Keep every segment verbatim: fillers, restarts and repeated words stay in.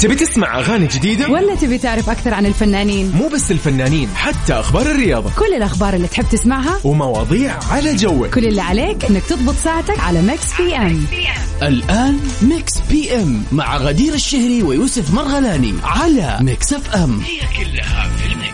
تبي تسمع أغاني جديدة ولا تبي تعرف أكثر عن الفنانين؟ مو بس الفنانين، حتى أخبار الرياضة، كل الأخبار اللي تحب تسمعها ومواضيع على جوك. كل اللي عليك إنك تضبط ساعتك على ميكس بي إم. الآن ميكس بي إم مع غدير الشهري ويوسف مرغلاني على ميكس اف ام. هي كلها في الميكس.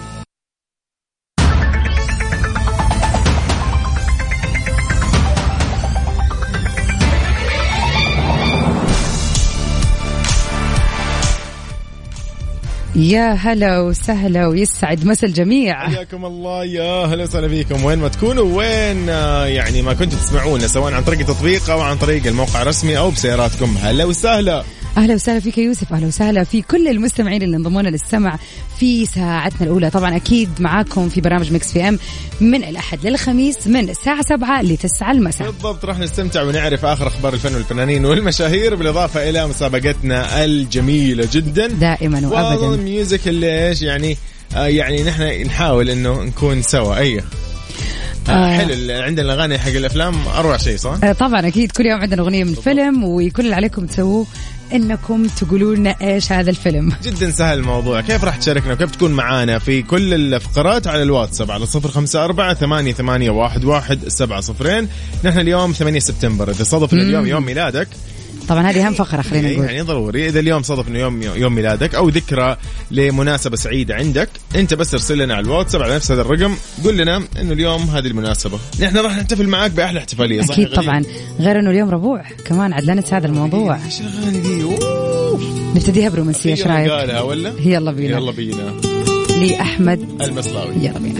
يا هلا وسهلا ويسعد مسا الجميع. حياكم الله، يا هلا وسهلا فيكم وين ما تكونوا، وين يعني ما كنتوا تسمعونا، سواء عن طريق التطبيق أو عن طريق الموقع الرسمي أو بسياراتكم. هلا وسهلا. أهلا وسهلا فيك يوسف، أهلا وسهلا في كل المستمعين اللي انضمونا للسمع في ساعتنا الأولى. طبعا أكيد معاكم في برامج ميكس بي إم من الأحد للخميس من الساعة سبعة لتسعة المساء. بالضبط، راح نستمتع ونعرف آخر أخبار الفن والفنانين والمشاهير، بالإضافة إلى مسابقتنا الجميلة جدا دائما وأبدا. والميوزك اللي إيش يعني آه يعني نحن نحاول إنه نكون سوا. أيه آه حلو، عندنا الأغاني حق الأفلام أروع شيء صح؟ آه طبعا أكيد كل يوم عندنا أغنية من فيلم، وكل اللي عليكم تسووه إنكم تقولوا لنا إيش هذا الفيلم. جدا سهل الموضوع. كيف راح تشاركنا وكيف تكون معانا في كل الفقرات؟ على الواتساب على صفر خمسة أربعة ثمانية ثمانية واحد واحد سبعة صفرين. نحن اليوم ثمانية سبتمبر، إذا صادف إن اليوم يوم ميلادك، طبعا هذه أهم فقرة خلينا نقول يعني ضروري إذا اليوم صادف إنه يوم يوم ميلادك أو ذكرى لمناسبة سعيدة عندك، أنت بس ارسل لنا على الواتساب على نفس هذا الرقم، قول لنا إنه اليوم هذه المناسبة، نحن راح نحتفل معاك بأحلى احتفالية. صح أكيد طبعا، غير إنه اليوم ربوع كمان عاد لا ننسى هذا الموضوع. إيش الأغاني دي؟ نبتديها برومانسية، إيش رأيك؟ قالها ولا؟ يلا بينا. يلا بينا. لأحمد المصلاوي. يلا بينا.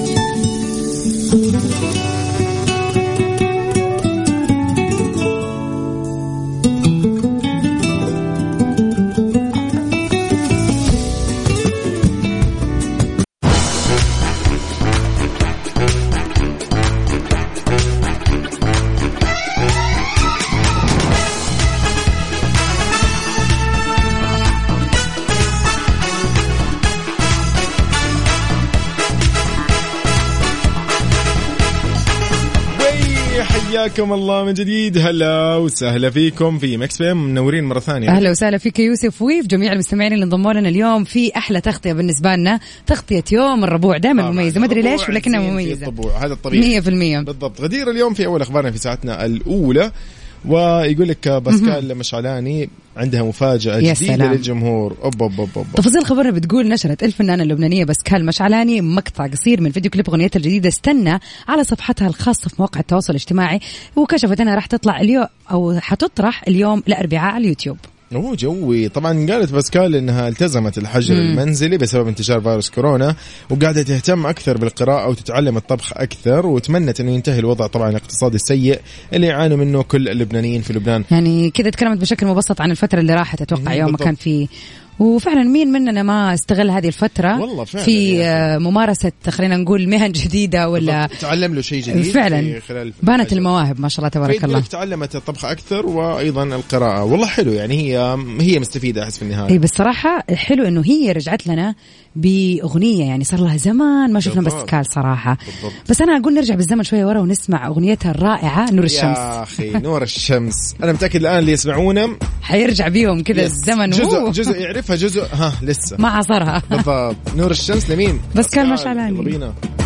حياكم الله من جديد، هلا وسهلا فيكم في ميكس بي إم، منورين مرة ثانية. أهلا وسهلا فيك يوسف ويف، جميع المستمعين اللي انضموا لنا اليوم في أحلى تغطية بالنسبة لنا، تغطية يوم الربوع دائما مميزة، ما أدري ليش ولكنها مميزة هذا الطبيعي مية بالمية. بالضبط. غدير اليوم في أول أخبارنا في ساعتنا الأولى، ويقول لك باسكال مشعلاني عندها مفاجأة جديدة سلام. للجمهور. أوب أوب أوب أوب. تفاصيل خبرنا بتقول نشرت الفنانة اللبنانية باسكال مشعلاني مقطع قصير من فيديو كليب أغنيتها الجديدة استنى على صفحتها الخاصة في مواقع التواصل الاجتماعي، وكشفت أنها راح تطلع اليوم أو حتطرح اليوم الأربعاء على اليوتيوب. أوه جوي. طبعا قالت باسكال إنها التزمت الحجر مم. المنزلي بسبب انتشار فيروس كورونا، وقاعدة تهتم أكثر بالقراءة وتتعلم الطبخ أكثر، وتمنت إنه ينتهي الوضع طبعا الاقتصادي السيء اللي يعانوا منه كل اللبنانيين في لبنان. يعني كذا تكلمت بشكل مبسط عن الفترة اللي راحت أتوقع يوم ما كان في، وفعلا مين مننا ما استغل هذه الفترة في يعني ممارسة خلينا نقول مهن جديدة ولا تعلم له شيء جديد. فعلا بانت المواهب ما شاء الله تبارك الله. تعلمت الطبخ أكثر وأيضا القراءة، والله حلو يعني هي هي مستفيدة أحس في النهاية. إيه بالصراحة حلو إنه هي رجعت لنا بأغنية، يعني صار لها زمان ما شفنا باسكال صراحة. بالضبط. بس أنا أقول نرجع بالزمن شوية ورا ونسمع أغنيتها الرائعة نور الشمس. يا أخي نور الشمس أنا متأكد الآن اللي يسمعونا حيرجع بيهم كذا الزمن. جزء جزء يعرفها جزء ها لسه ما عصرها. بالضبط. نور الشمس لمين؟ باسكال مشعلاني.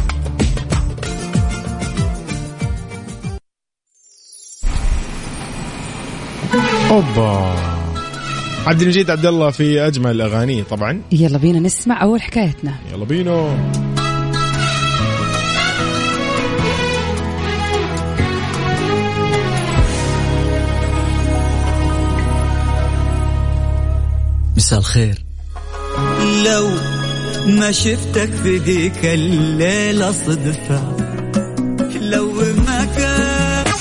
أوبا عبد المجيد عبد الله في أجمل أغاني طبعا. يلا بينا نسمع أول حكايتنا. يلا بينا. مساء الخير. لو ما شفتك في ذيك الليلة صدفة، لو ما كان.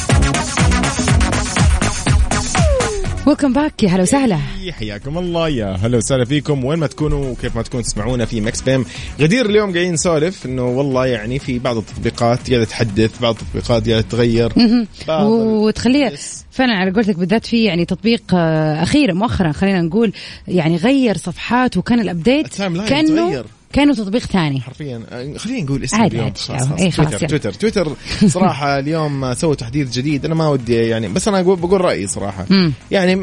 ويلكم باك، يا هلا وسهلا. حياكم الله، يا هلا وسهلا فيكم وين ما تكونوا وكيف ما تكونوا تسمعونا في ميكس بي إم. غدير اليوم قاعدين نسولف انه والله يعني في بعض التطبيقات قاعده تحدث، بعض التطبيقات قاعده تغير وتخليها فعلا على قولتك بالذات. في يعني تطبيق اخير مؤخرا خلينا نقول يعني غير صفحات وكان الابديت كانه كانوا تطبيق ثاني حرفيا. خلينا نقول اسمه اليوم اي تويتر. تويتر تويتر صراحه اليوم سووا تحديث جديد. انا ما ودي يعني بس انا بقول رايي صراحه. يعني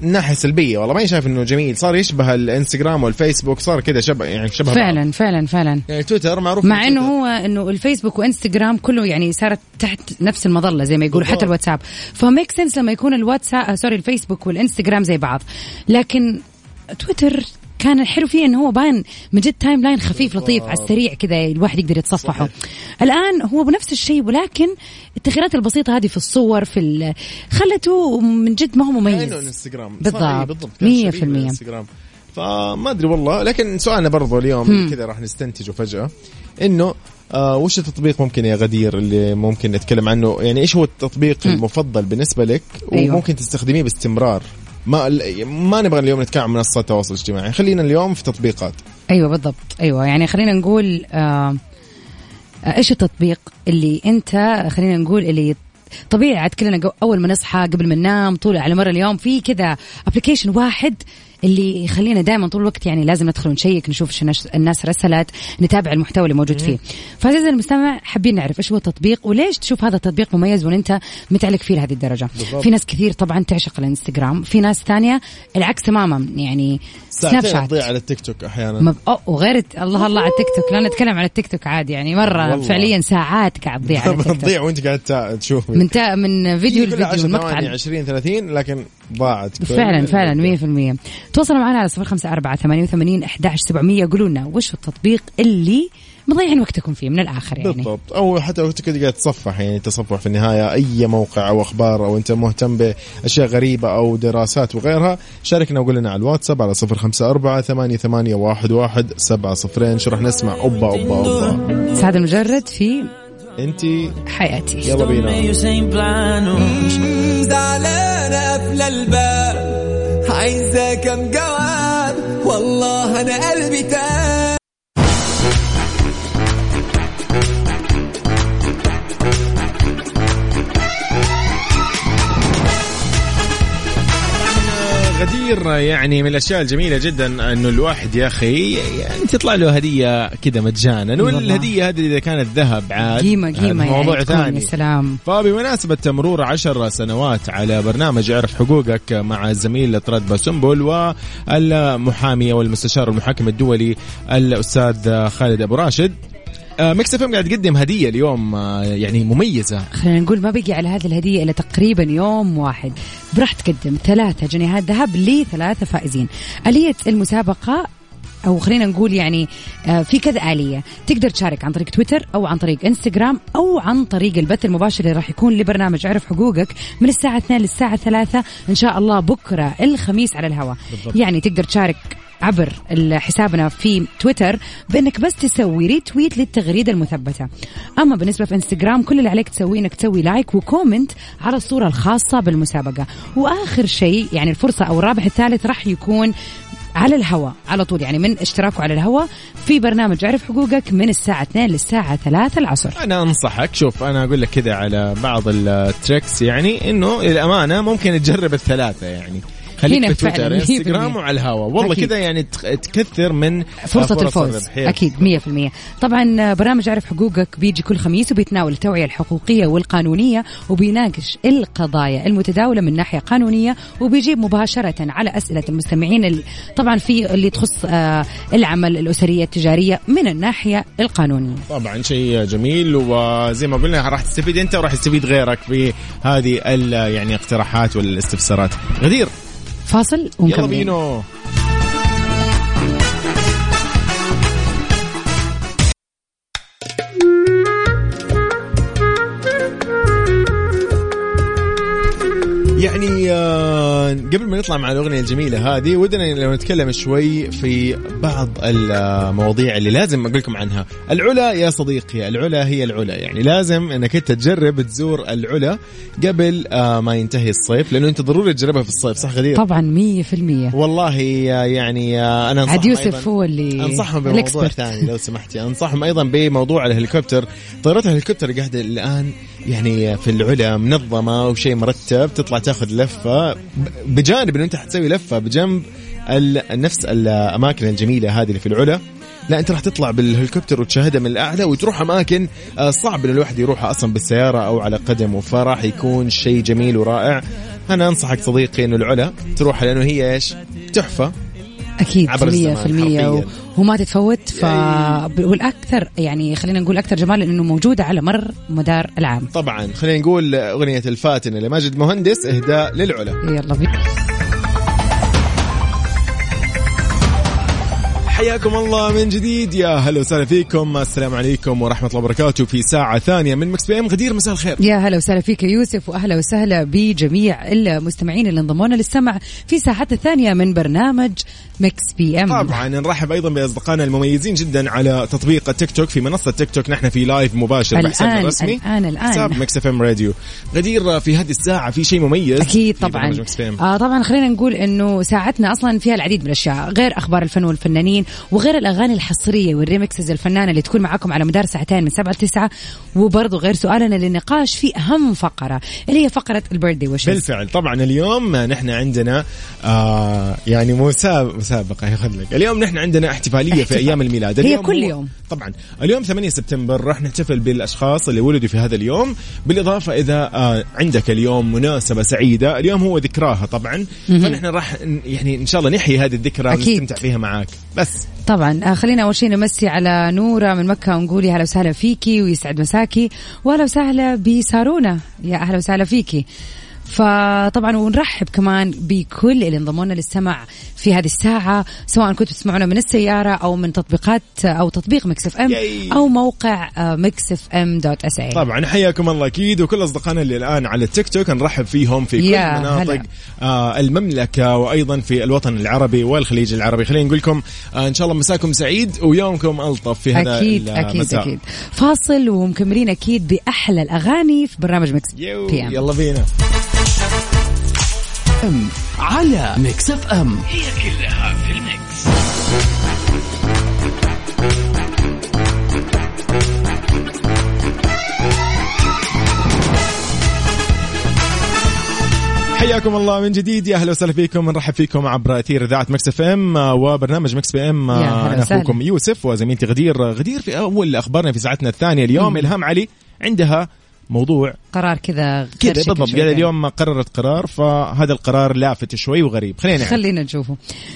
ناحية سلبية والله ما شايف إنه جميل، صار يشبه الإنستغرام والفيسبوك، صار كذا شبه يعني شبه فعلا بعض. فعلا فعلا يعني تويتر معروف مع إنه هو إنه الفيسبوك وإنستغرام كله يعني صارت تحت نفس المظلة زي ما يقول، حتى الواتساب، فميك سنس لما يكون الواتساب سوري الفيسبوك والإنستغرام زي بعض. لكن تويتر كان الحلو فيه انه هو بان من جد تايم لاين خفيف لطيف على السريع كذا الواحد يقدر يتصفحه. الان هو بنفس الشيء، ولكن التغييرات البسيطه هذه في الصور في خلته من جد ما هو مميز. انستغرام بالضبط مية بالمية. فما ادري والله. لكن سؤالنا برضو اليوم كذا راح نستنتجه فجأة انه آه وش التطبيق ممكن يا غدير اللي ممكن نتكلم عنه، يعني ايش هو التطبيق م. المفضل بالنسبة لك أيوة. وممكن تستخدميه باستمرار؟ ما ما نبغى اليوم نتكلم عن منصات التواصل الاجتماعي، خلينا اليوم في تطبيقات. ايوه بالضبط. ايوه يعني خلينا نقول آه ايش التطبيق اللي انت خلينا نقول اللي طبيعي عاد كلنا اول ما نصحى قبل ما ننام طول على مر اليوم في كذا ابلكيشن واحد اللي يخلينا دائما طول الوقت يعني لازم ندخل ونشيك نشوف ايش الناس رسلت، نتابع المحتوى اللي موجود فيه. فعزيزي المستمع حابين نعرف ايش هو التطبيق وليش تشوف هذا التطبيق مميز وانت متعلق فيه لهذه الدرجه. بالضبط. في ناس كثير طبعا تعشق الانستغرام، في ناس ثانيه العكس تماما، يعني سناب شات تضيع على التيك توك احيانا مب... وغير الله الله على التيك توك. لا نتكلم على التيك توك عادي يعني مره والله. فعليا ساعات قاعد تضيع على التيك توك تضيع وانت قاعد تشوف من تا... من فيديو لفيديو المقطع عشرين ثلاثين لكن ضاعت فعلا فعلا مية في المية. تواصلوا معنا على صفر خمسة أربعة ثمانية وثمانين أحد عشر سبعمية، قولوا لنا وش التطبيق اللي مضيعين وقتكم فيه من الآخر يعني. بالضبط. أو حتى وقتك قاعد تصفح يعني تصفح في النهاية أي موقع أو أخبار أو أنت مهتم بأشياء غريبة أو دراسات وغيرها، شاركنا وقول لنا على الواتساب على صفر خمسة أربعة ثمانية ثمانية واحد واحد سبعة صفرين. شو رح نسمع؟ أوبا أوبا أوبا سعد المجرد في أنتي حياتي. يلا بينا. زعلانة قفل الباب عايزة كم جواب والله أنا قلبي تاب. غدير يعني من الأشياء الجميلة جدا أنه الواحد يا أخي يعني تطلع له هدية كده مجانا، والهدية هذه إذا كانت ذهب عاد قيمة قيمة موضوع يعني ثاني. سلام. فبمناسبة مرور عشر سنوات على برنامج اعرف حقوقك مع الزميل طراد باسنبل والمحامية والمستشار المحاكم الدولي الأستاذ خالد أبو راشد، ميكس اف ام قاعد تقدم هدية اليوم يعني مميزة. خلينا نقول ما بقي على هذه الهدية إلا تقريبا يوم واحد، براح تقدم ثلاثة جنيهات ذهب لثلاثة فائزين. آلية المسابقة أو خلينا نقول يعني في كذا آلية، تقدر تشارك عن طريق تويتر أو عن طريق انستغرام أو عن طريق البث المباشر اللي راح يكون لبرنامج اعرف حقوقك من الساعة اثنين للساعة ثلاثة إن شاء الله بكرة الخميس على الهواء. يعني تقدر تشارك عبر حسابنا في تويتر بأنك بس تسوي ريتويت للتغريدة المثبتة. أما بالنسبة في انستغرام كل اللي عليك تسويه إنك تسوي لايك وكومنت على الصورة الخاصة بالمسابقة. وآخر شيء يعني الفرصة أو الرابح الثالث راح يكون على الهواء على طول، يعني من اشتراكه على الهواء في برنامج اعرف حقوقك من الساعة اثنين للساعة ثلاثة العصر. أنا أنصحك، شوف أنا أقول لك كذا على بعض التريكس يعني إنه الأمانة ممكن تجرب الثلاثة، يعني خليك في تويتر انستغرام وعلى الهواء والله كذا يعني تكثر من فرصة الفوز. أكيد مية في المية. طبعا برنامج اعرف حقوقك بيجي كل خميس وبيتناول التوعية الحقوقية والقانونية وبيناقش القضايا المتداولة من ناحية قانونية وبيجيب مباشرة على أسئلة المستمعين طبعا في اللي تخص العمل الأسرية التجارية من الناحية القانونية. طبعا شيء جميل، وزي ما قلنا راح تستفيد أنت وراح يستفيد غيرك في هذه يعني اقتراحات والاستفسارات. غدير فاصل ونكمل. يلا بينو. يعني قبل ما نطلع مع الأغنية الجميلة هذه ودنا لو نتكلم شوي في بعض المواضيع اللي لازم أقول لكم عنها. العلا يا صديقي، العلا هي العلا، يعني لازم أنك أنت تجرب تزور العلا قبل ما ينتهي الصيف، لأنه أنت ضروري تجربها في الصيف. صح غدير؟ طبعا مية في المية والله. يعني أنا عاد يوسف هو اللي أنصحهم بموضوع ثاني لو سمحتي، أنصحهم أيضا بموضوع الهليكوبتر. طيارات الهليكوبتر قاعدة الآن يعني في العلا منظمة وشيء مرتب، تطلع تاخذ لفة بجانب أنه أنت حتسوي لفة بجنب نفس الأماكن الجميلة هذه اللي في العلا. لا أنت راح تطلع بالهليكوبتر وتشاهدها من الأعلى وتروح أماكن صعب أن الواحد يروحها أصلا بالسيارة أو على قدمه، فراح يكون شيء جميل ورائع. أنا أنصحك صديقي إنه العلا تروح لأنه هي إيش تحفة أكيد مية في المية حرفياً. وما تتفوت. ف والأكثر يعني خلينا نقول أكثر جمال إنه موجودة على مر مدار العام. طبعا خلينا نقول أغنية الفاتنة لماجد مهندس إهداء للعلا. يلا بينا. حياكم الله من جديد، يا هلا وسهلا فيكم. السلام عليكم ورحمة الله وبركاته في ساعة ثانية من مكس بي ام. غدير مساء الخير. يا هلا وسهلا فيك يوسف، وأهلا وسهلا بجميع المستمعين اللي انضمونا للسمع في ساعتنا الثانية من برنامج مكس بي ام. طبعا نرحب أيضا بأصدقائنا المميزين جدا على تطبيق التيك توك. في منصة تيك توك نحن في لايف مباشر بحسابنا الرسمي الآن الآن حساب مكس اف ام راديو. غدير في هذه الساعة في شيء مميز أكيد طبعا. آه طبعا خلينا نقول إنه ساعتنا أصلا فيها العديد من الأشياء غير أخبار الفن والفنانين وغير الأغاني الحصرية والريمكسز الفنانة اللي تكون معاكم على مدار ساعتين من سبعة لتسعة، وبرضو غير سؤالنا للنقاش في أهم فقرة اللي هي فقرة البيرثدي ويشز. بالفعل طبعا اليوم نحن عندنا آه يعني مسابقة مسابقة يخلك. اليوم نحن عندنا احتفالية احتفال. في أيام الميلاد. هي كل يوم طبعا. اليوم ثمانية سبتمبر راح نحتفل بالأشخاص اللي ولدوا في هذا اليوم. بالإضافة إذا آه عندك اليوم مناسبة سعيدة، اليوم هو ذكراها طبعا، فنحن راح يعني إن شاء الله نحيي هذه الذكرى ونستمتع فيها معاك. بس طبعا خلينا أول شيء نمسي على نورة من مكة ونقول يا أهلا وسهلا فيكي ويسعد مساكي، وأهلا وسهلا بسارونا يا أهلا وسهلا فيكي. فطبعا ونرحب كمان بكل اللي انضمونا للسمع في هذه الساعة، سواء كنتوا تسمعونا من السيارة أو من تطبيقات أو تطبيق مكس اف ام أو موقع مكس اف ام دوت اس اي. طبعا حياكم الله أكيد، وكل أصدقائنا اللي الآن على التيك توك نرحب فيهم في كل مناطق آه المملكة وأيضا في الوطن العربي والخليج العربي. خلينا نقول لكم آه إن شاء الله مساكم سعيد ويومكم ألطف في هذا أكيد المساء. أكيد أكيد. فاصل ومكملين أكيد بأحلى الأغاني في برنامج مكس بي ام. يلا بينا على ميكس اف ام، هي كلها في الميكس. حياكم الله من جديد، يا اهلا وسهلا فيكم. نرحب فيكم عبر اثير اذاعه مكس اف ام وبرنامج مكس بي ام. انا اخوكم يوسف وزميلتي غدير. غدير في اول اخبارنا في ساعتنا الثانيه اليوم، إلهام علي عندها موضوع قرار كذا كذا بالضبط. قال اليوم قررت قرار، فهذا القرار لافت شوي وغريب. خلينا خلينا نشوفه.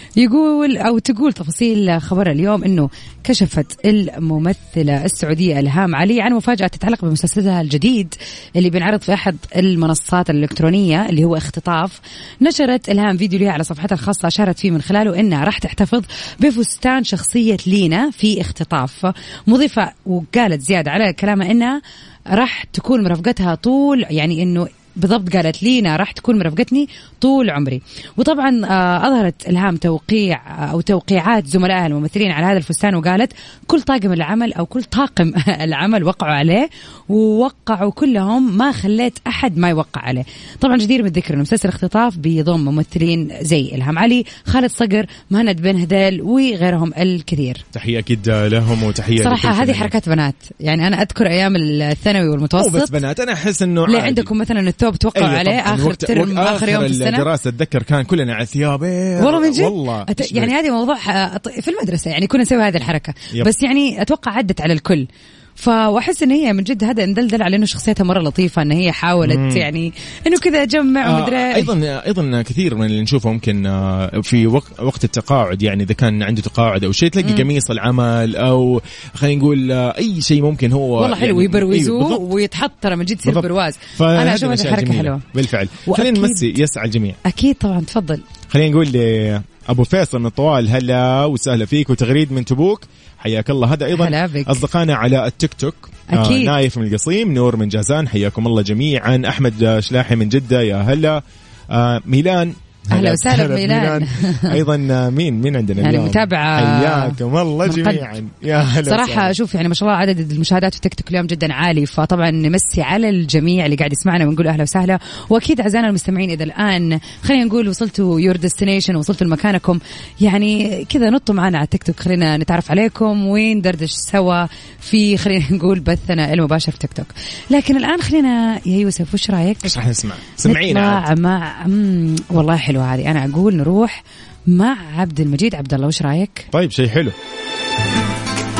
يقول أو تقول تفاصيل خبر اليوم إنه كشفت الممثلة السعودية إلهام علي عن مفاجأة تتعلق بمسلسلها الجديد اللي بينعرض في أحد المنصات الإلكترونية اللي هو اختطاف. نشرت إلهام فيديو لها على صفحتها الخاصة أشارت فيه من خلاله إنها راح تحتفظ بفستان شخصية لينا في اختطاف، مضيفة وقالت زيادة على كلامها إنها راح تكون مرافقتها طول، يعني إنه بالضبط قالت لينا راح تكون مرافقتني طول عمري. وطبعا أظهرت إلهام توقيع أو توقيعات زملائها الممثلين على هذا الفستان، وقالت كل طاقم العمل أو كل طاقم العمل وقعوا عليه، ووقعوا كلهم ما خليت أحد ما يوقع عليه. طبعا جدير بالذكر أن مسلسل اختطاف بيضم ممثلين زي إلهام علي، خالد صقر، مهند بن هديل وغيرهم الكثير. تحية أكيد لهم وتحية صراحة هذه حركات بنات. يعني أنا أذكر أيام الثانوي والمتوسط مو بس بنات، أنا أحس إنه ليه عندكم مثلا الثوب توقعوا أيوة عليه آخر ترم آخر يوم في السنة. الدراسة أتذكر كان كلنا على ثياب والله من جد والله أت... يعني هذه موضوع في المدرسة يعني كنا نسوي هذه الحركة يب. بس يعني أتوقع عدت على الكل. فأحس إن هي من جد هذا ندلدل على إنه شخصيتها مرة لطيفة، إن هي حاولت مم. يعني إنه كذا جمع آه ومدري. أيضا أيضا كثير من اللي نشوفه ممكن في وقت وقت التقاعد، يعني إذا كان عنده تقاعد أو شيء تلاقي مم. قميص العمل أو خلينا نقول أي شيء ممكن هو والله حلو يعني يبروزوه أيوة ويتحط ترى من جد يصير برواز. أنا أشوف هذه الحركة حلوة بالفعل. خلينا نمسي يسعى الجميع. أكيد طبعا تفضل. خلينا نقول لي أبو فيصل من الطوال هلا وسهلا فيك، وتغريد من تبوك حياك الله. هذا أيضا أصدقائنا على التيك توك. أكيد. آه نايف من القصيم، نور من جازان، حياكم الله جميعا. أحمد شلاحي من جدة يا هلا. آه ميلان أهلا وسهلا بميلان. أيضا مين مين عندنا يعني اليوم متابعة حياكم الله جميعا يا هلا. صراحة شوف يعني ما شاء الله عدد المشاهدات في تيك توك اليوم جدا عالي، فطبعا نمسي على الجميع اللي قاعد يسمعنا ونقول أهلا وسهلا. وأكيد أعزائنا المستمعين إذا الآن خلينا نقول وصلتوا يور ديستنيشن، وصلتوا لمكانكم، يعني كذا نطوا معنا على تيك توك، خلينا نتعرف عليكم وندردش سوا في خلينا نقول بثنا المباشر في تيك توك. لكن الآن خلينا يا يوسف وش رأيك؟ إيش راح نسمع؟ سمعينا مع مم... والله حلوة هذه. أنا أقول نروح مع عبد المجيد عبد الله، وش رأيك؟ طيب شيء حلو.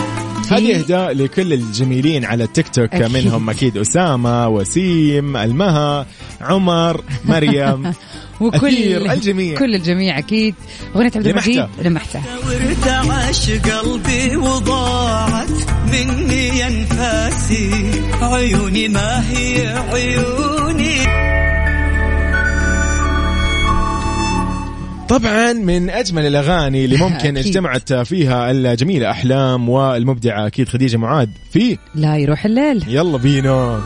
هذه إهداء لكل الجميلين على التيك توك أكيد. منهم أكيد أسامة، وسيم، المها، عمر، مريم وكل الجميع، كل الجميع أكيد. أغنية عبد المجيد لمحته. وارتعش قلبي وضاعت مني ينفاسي عيوني ما هي عيوني. طبعا من أجمل الأغاني اللي ممكن اجتمعت فيها الجميلة أحلام والمبدعة أكيد خديجة معاد في لا يروح الليل. يلا بينا.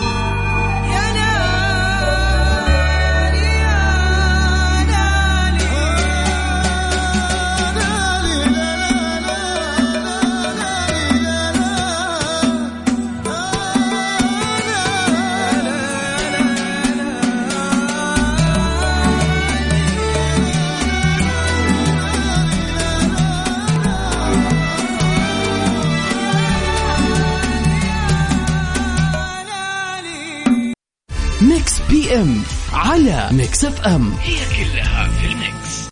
ميكس بي ام على ميكس اف ام، هي كلها في الميكس.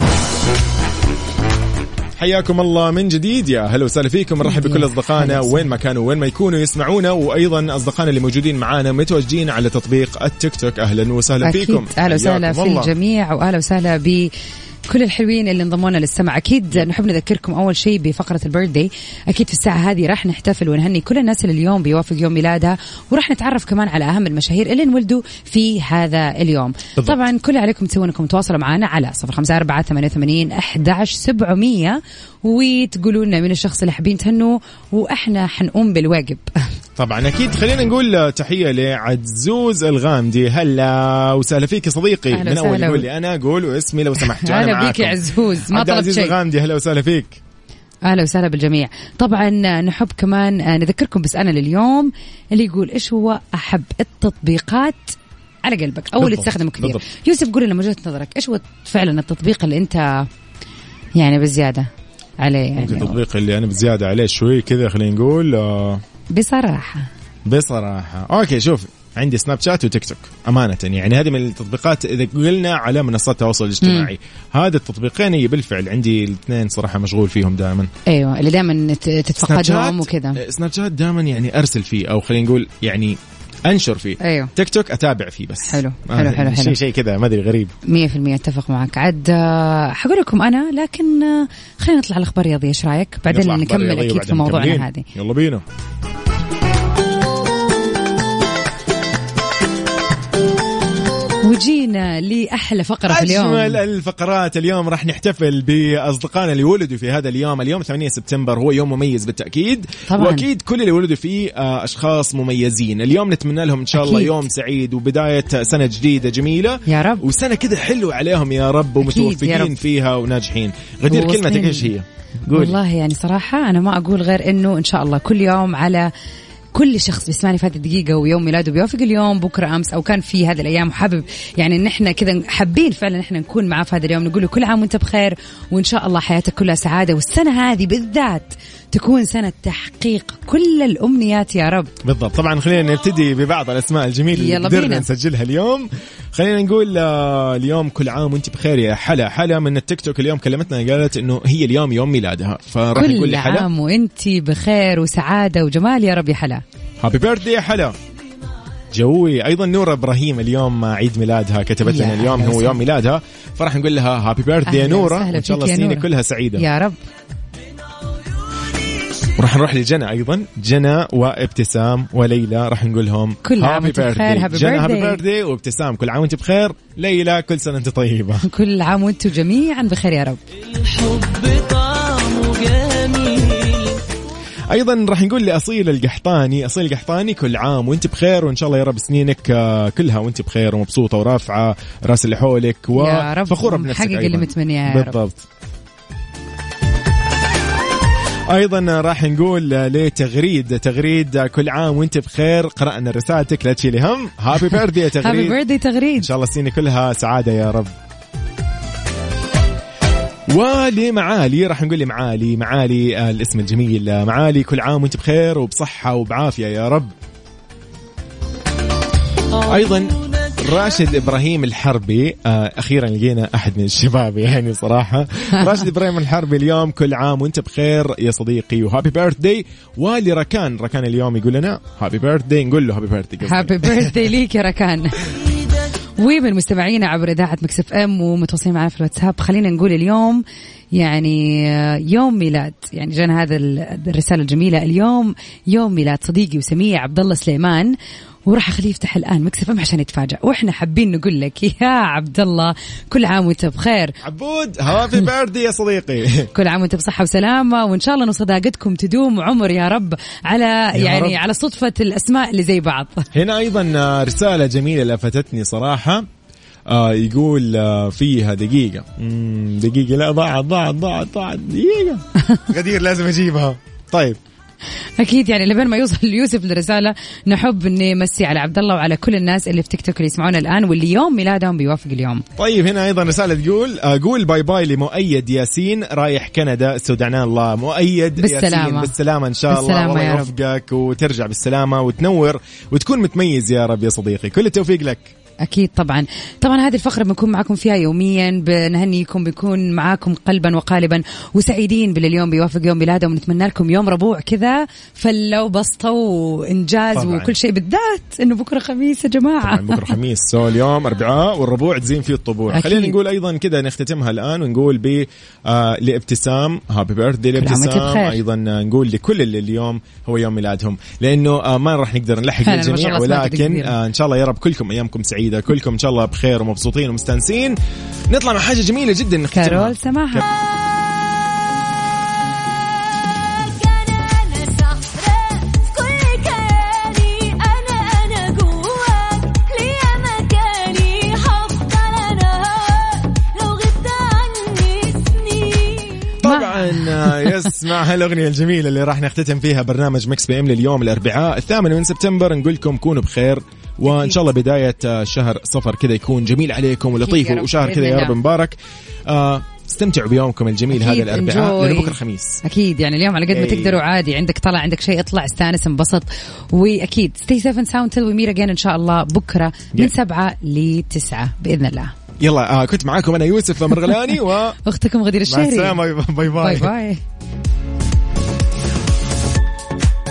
حياكم الله من جديد، يا هلا وسهلا فيكم. نرحب بكل اصدقائنا وين ما كانوا وين ما يكونوا يسمعونا، وايضا اصدقائنا اللي موجودين معانا متواجدين على تطبيق التيك توك. اهلا وسهلا أكيد. فيكم. اهلا وسهلا في الجميع، واهلا وسهلا ب كل الحلوين اللي انضمونا للسمع. أكيد نحب نذكركم أول شيء بفقرة البيرثدي. أكيد في الساعة هذه راح نحتفل ونهني كل الناس اللي اليوم بيوافق يوم ميلادها، وراح نتعرف كمان على أهم المشاهير اللي انولدوا في هذا اليوم. بالضبط. طبعا كل عليكم تسوونكم تواصلوا معنا على صفر خمسة أربعة ثمانية وثمانين أحد عشر سبعمية وتقولوا لنا من الشخص اللي حابين تهنوا، وإحنا حنقوم بالواجب. طبعا أكيد. خلينا نقول تحية لعزوز الغامدي. هلا وسهلا فيك صديقي. من أول يقول لي أنا أقول اسمي لو سمحت. أهلا بيك يا عزوز، ما طلبت شيء. الغامدي هلا وسهلا فيك. أهلا وسهلا بالجميع. طبعا نحب كمان نذكركم بس أنا لليوم اللي يقول إيش هو أحب التطبيقات على قلبك أو اللي تستخدمه كثير. بالضبط. يوسف قول لنا من وجهة نظرك إيش هو فعلا التطبيق اللي أنت يعني بزيادة عليه؟ يعني التطبيق اللي أنا بزيادة عليه شوي كذا خلينا نقول آه بصراحة بصراحة أوكي شوف، عندي سناب شات وتيك توك أمانة. يعني هذه من التطبيقات إذا قلنا على منصات التواصل الاجتماعي، هذا التطبيقين هي بالفعل عندي الاثنين صراحة مشغول فيهم دائما. أيوة اللي دائما تتفقدهم وكذا. سناب شات دائما يعني أرسل فيه أو خلينا نقول يعني أنشر فيه. أيوة. تيك توك أتابع فيه بس. حلو حلو حلو, حلو. شيء شيء كذا ما أدري غريب. مية في المية أتفق معك. عاد حقول لكم أنا، لكن خلينا نطلع على الأخبار الرياضية. إيش رأيك؟ بعدين نكمل أكيد في موضوعنا هذه. يلا بينا. وجينا لأحلى فقرة في اليوم. أجمل الفقرات اليوم. راح نحتفل بأصدقائنا اللي ولدوا في هذا اليوم. اليوم ثمانية سبتمبر هو يوم مميز بالتأكيد طبعاً. وأكيد كل اللي ولدوا فيه أشخاص مميزين. اليوم نتمنى لهم إن شاء الله أكيد. يوم سعيد وبداية سنة جديدة جميلة يا رب، وسنة كده حلوة عليهم يا رب، ومتوفقين فيها وناجحين. غدير كلمتك إيش هي؟ قول. والله يعني صراحة أنا ما أقول غير إنه إن شاء الله كل يوم على كل شخص بيسمعني في هذه الدقيقة ويوم ميلاده بيوافق اليوم بكرة أمس أو كان في هذه الأيام وحابب يعني إن إحنا كذا حابين فعلا إحنا نكون معاه في هذا اليوم، نقول له كل عام وأنت بخير وإن شاء الله حياتك كلها سعادة، والسنة هذه بالذات تكون سنة تحقيق كل الأمنيات يا رب. بالضبط. طبعا خلينا نبتدي ببعض الأسماء الجميلة اللي قدرنا نسجلها اليوم. خلينا نقول اليوم كل عام وانت بخير يا حلا. حلا من التيك توك اليوم كلمتنا قالت انه هي اليوم يوم ميلادها، فراح نقول لحلا كل عام وانت بخير وسعادة وجمال يا رب يا حلا. هابي بيرثدي يا حلا. جوي. ايضا نورة ابراهيم اليوم عيد ميلادها، كتبت لنا اليوم هو يوم ميلادها، فراح نقول لها هابي بيرثدي يا نورة، وان شاء الله سنينك كلها سعيدة يا رب. وراح نروح لجنى أيضا، جنى وابتسام وليلى، راح نقول لهم كل عام وانت بخير. جنى هابي بيرثدي، وابتسام كل عام وانت بخير. ليلى كل سنة انت طيبة. كل عام وانتم جميعا بخير يا رب. الحب طعمه جميل. أيضا راح نقول لأصيل القحطاني، أصيل القحطاني كل عام وانت بخير، وإن شاء الله يا رب سنينك كلها وانت بخير ومبسوطة ورافعة راس اللي حولك وفخورة بنفسك. حقق اللي متمنيها يا رب. بالضبط. أيضا راح نقول لتغريد، تغريد كل عام وانت بخير، قرأنا رسالتك لا تشيلي هم. هابي بيرثدي يا تغريد. هابي بيرثدي تغريد، إن شاء الله سنين كلها سعادة يا رب. ولمعالي راح نقول لمعالي، معالي الاسم الجميل معالي، كل عام وانت بخير وبصحة وبعافية يا رب. أيضا راشد إبراهيم الحربي، آه أخيرا لقينا أحد من الشباب يعني صراحة. راشد إبراهيم الحربي اليوم كل عام وانت بخير يا صديقي وهابي بيرثدي. والي ركان ركان اليوم يقول لنا هابي بيرثدي، نقول له هابي بيرثدي. هابي بيرثدي ليك يا ركان. ومن مستمعينا عبر إذاعة مكس اف ام ومتواصلين معنا في الواتساب، خلينا نقول اليوم يعني يوم ميلاد، يعني جانا هذا الرسالة الجميلة، اليوم يوم ميلاد صديقي وسميع عبد الله سليمان، وراح اخليه يفتح الان مكس اف ام عشان يتفاجأ، واحنا حابين نقول لك يا عبد الله كل عام وانت بخير. عبود هابي بيرثدي يا صديقي. كل عام وانت بصحة وسلامة، وان شاء الله ان صداقتكم تدوم عمر يا رب على يعني رب. على صدفة الاسماء اللي زي بعض. هنا ايضا رسالة جميلة لفتتني صراحة، آه يقول آه فيها دقيقة دقيقة لا ضاعت ضاعت ضاعت ضاعت دقيقة غدير لازم أجيبها. طيب أكيد يعني لبين ما يوصل ليوسف الرسالة نحب نمسي على عبد الله وعلى كل الناس اللي في تيك توك اللي يسمعونا الآن واللي يوم ميلادهم بيوافق اليوم. طيب هنا أيضا رسالة تقول أقول باي باي لمؤيد ياسين رايح كندا، استودعنا الله مؤيد بالسلامة. ياسين بالسلامة إن شاء الله، الله يوفقك وترجع بالسلامة وتنور وتكون متميز يا رب يا صديقي، كل التوفيق لك. أكيد طبعا. طبعا هذه الفقرة بنكون معكم فيها يوميا، بنهنيكم، بنكون معاكم قلبا وقالبا وسعيدين باليوم بيوافق يوم ميلاده، ونتمنى لكم يوم ربوع كذا فلة وبسطة وإنجاز طبعاً. وكل شيء، بالذات إنه بكرة خميس يا جماعة. طبعا بكرة خميس، سو اليوم أربعاء والربوع تزين فيه الطبوع. أكيد. خلينا نقول أيضا كذا نختتمها الآن ونقول ب آه لابتسام هابي بيرثدي لابتسام، أيضا نقول لكل اللي اليوم هو يوم ميلادهم، لأنه آه ما راح نقدر نلحق الجميع، ولكن آه إن شاء الله يا رب كلكم أيامكم سعيدة، كلكم إن شاء الله بخير ومبسوطين ومستانسين. نطلع مع حاجة جميلة جدا نختمها. كارول سماحة. يسمع هالأغنية الجميلة اللي راح نختتم فيها برنامج مكس بي ام لليوم الأربعاء الثامن من سبتمبر. نقول لكم كونوا بخير، وإن شاء الله بداية شهر صفر كذا يكون جميل عليكم ولطيف، وشهر كذا يا رب مبارك. آه استمتعوا بيومكم الجميل هذا الأربعاء لأنه بكرة خميس. أكيد يعني اليوم على قد ما تقدروا عادي، عندك طلع عندك شيء اطلع استانس انبسط، وأكيد stay safe and sound till we meet again إن شاء الله بكرة من سبعة لتسعة بإذن الله. يلا آه كنت معاكم أنا يوسف مرغلاني و أختكم غدير الشهري. مع السلامة، باي باي, باي, باي.